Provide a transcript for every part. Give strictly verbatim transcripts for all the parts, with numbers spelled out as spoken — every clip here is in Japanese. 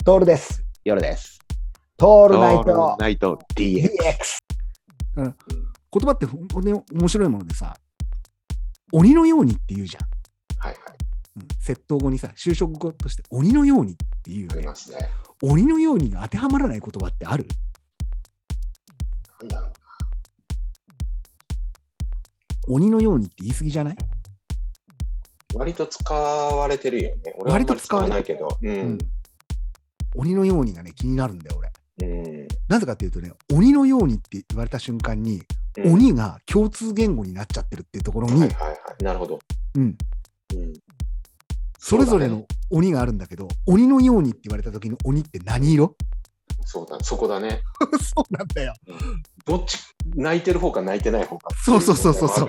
トールです。 夜です。 トールナイトナイト ディーエックス。 ディーエックス。うん、言葉って本当に面白いものでさ、鬼のようにって言うじゃん。 はいはい。 うん、窃盗語にさ、就職語として鬼のようにっていう、ね、 ありますね。 鬼のようにが当てはまらない言葉ってある？ なんだろうな。 鬼のようにって言い過ぎじゃない？ 割と使われてるよね。俺はあんまり使わないけど。うんうん、 鬼のようにがね、気になるんだよ、俺。 うん、 なぜかっていうとね、鬼のようにって言われた瞬間に、うん、鬼が共通言語になっちゃってるっていうところに、はいはいはい、なるほど。 うん。うん、それぞれの鬼があるんだけど、鬼のようにって言われた時の鬼って何色？ そうだ、そこだね。 そうなんだよ。 どっち、泣いてる方か泣いてない方か。 そうそうそうそうそう。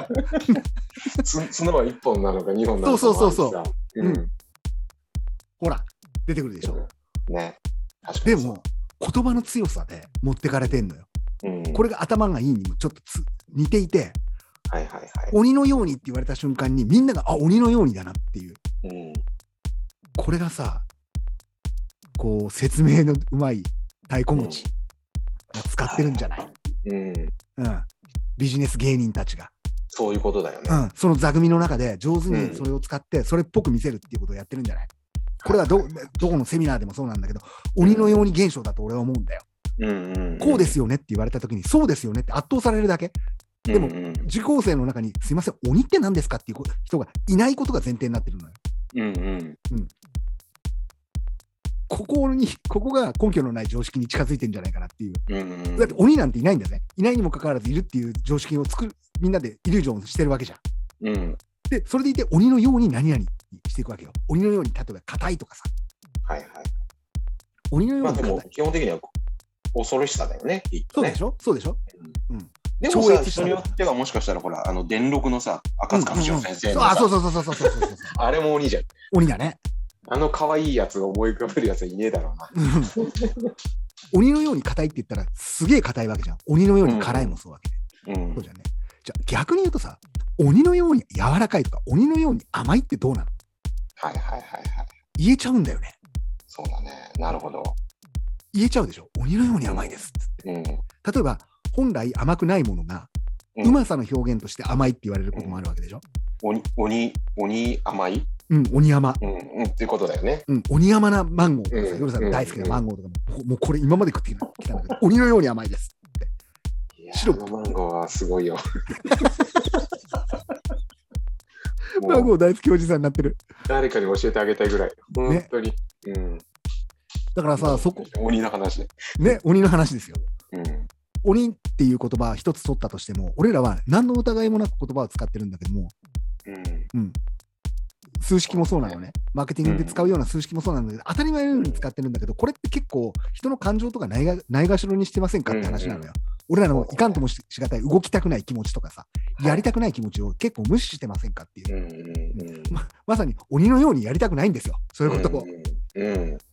角は一本なのか二本なのか。 そうそうそうそう。 うん。 ほら、出てくるでしょ。 うん、ね。確かに。 でも、言葉の強さで持ってかれてんのよ。うん、これが頭がいいにもちょっとつ似ていて、 はいはいはい。 鬼のようにって言われた瞬間にみんなが、あ、鬼のようにだなっていう。うん、これがさ、こう説明のうまい太鼓持ちが使ってるんじゃない、うんうん、ビジネス芸人たちがそういうことだよね、 うん、その座組の中で上手にそれを使ってそれっぽく見せるっていうことをやってるんじゃない、これは ど, どこのセミナーでもそうなんだけど、鬼のように現象だと俺は思うんだよ、うんうんうん、こうですよねって言われた時にそうですよねって圧倒されるだけでも、うんうん、受講生の中にすいません鬼って何ですかっていう人がいないことが前提になってるのよ、うんうんうん、ここに、ここが根拠のない常識に近づいてんじゃないかなっていう。うんうん、だって鬼なんていないんだね。いないにもかかわらずいるっていう常識を作る、みんなでイリュージョンをしてるわけじゃん。うん、で、それでいて鬼のように何々していくわけよ。鬼のように、例えば硬いとかさ。はいはい。鬼のように硬い。まあ、でも基本的には恐ろしさだよね。ね、 そうでしょそうでしょ、うんうん、 でもさ、人によってはもしかしたらほら、あの、電録のさ、赤塚不二夫先生のさ、 そうそうそうそうそうそうそうあれも鬼じゃん。 鬼だね。 あの可愛いやつが思い浮かべるやつはいねえだろうな。 鬼のように硬いって言ったらすげえ硬いわけじゃん。鬼のように辛いもそうわけで、うん、そうじゃね。じゃあ逆に言うとさ、鬼のように柔らかいとか鬼のように甘いってどうなの？ はいはいはいはい。 言えちゃうんだよね。 そうだね。なるほど。 言えちゃうでしょ。鬼のように甘いですっつって、うん、例えば本来甘くないものが、うん、うまさの表現として甘いって言われることもあるわけでしょ。 うん、鬼鬼鬼甘い。 うん、鬼甘、 うんうん、っていうことだよね。 うん、鬼甘なマンゴーとかさ、夜、うん、さんの大好きなマンゴーとかも、うん、もうこれ今まで食ってきたんだけど、鬼のように甘いですって。 いやシロップ。マンゴーはすごいよ。 マンゴー大好きおじさんになってる。 誰かに教えてあげたいぐらい。本当に。ね、うん、 だからさ、そこ。 鬼の話ね。 ね、鬼の話ですよ。うん、鬼っていう言葉一つ取ったとしても、俺らは何の疑いもなく言葉を使ってるんだけども、うん。うん数式もそうなのね。マーケティングで使うような数式もそうなんだけど、当たり前のように使ってるんだけど、これって結構人の感情とかないがないがしろにしてませんかって話なのよ。俺らのいかんともしがたい動きたくない気持ちとかさ、やりたくない気持ちを結構無視してませんかっていう。ま, まさに鬼のようにやりたくないんですよ。そういうことを。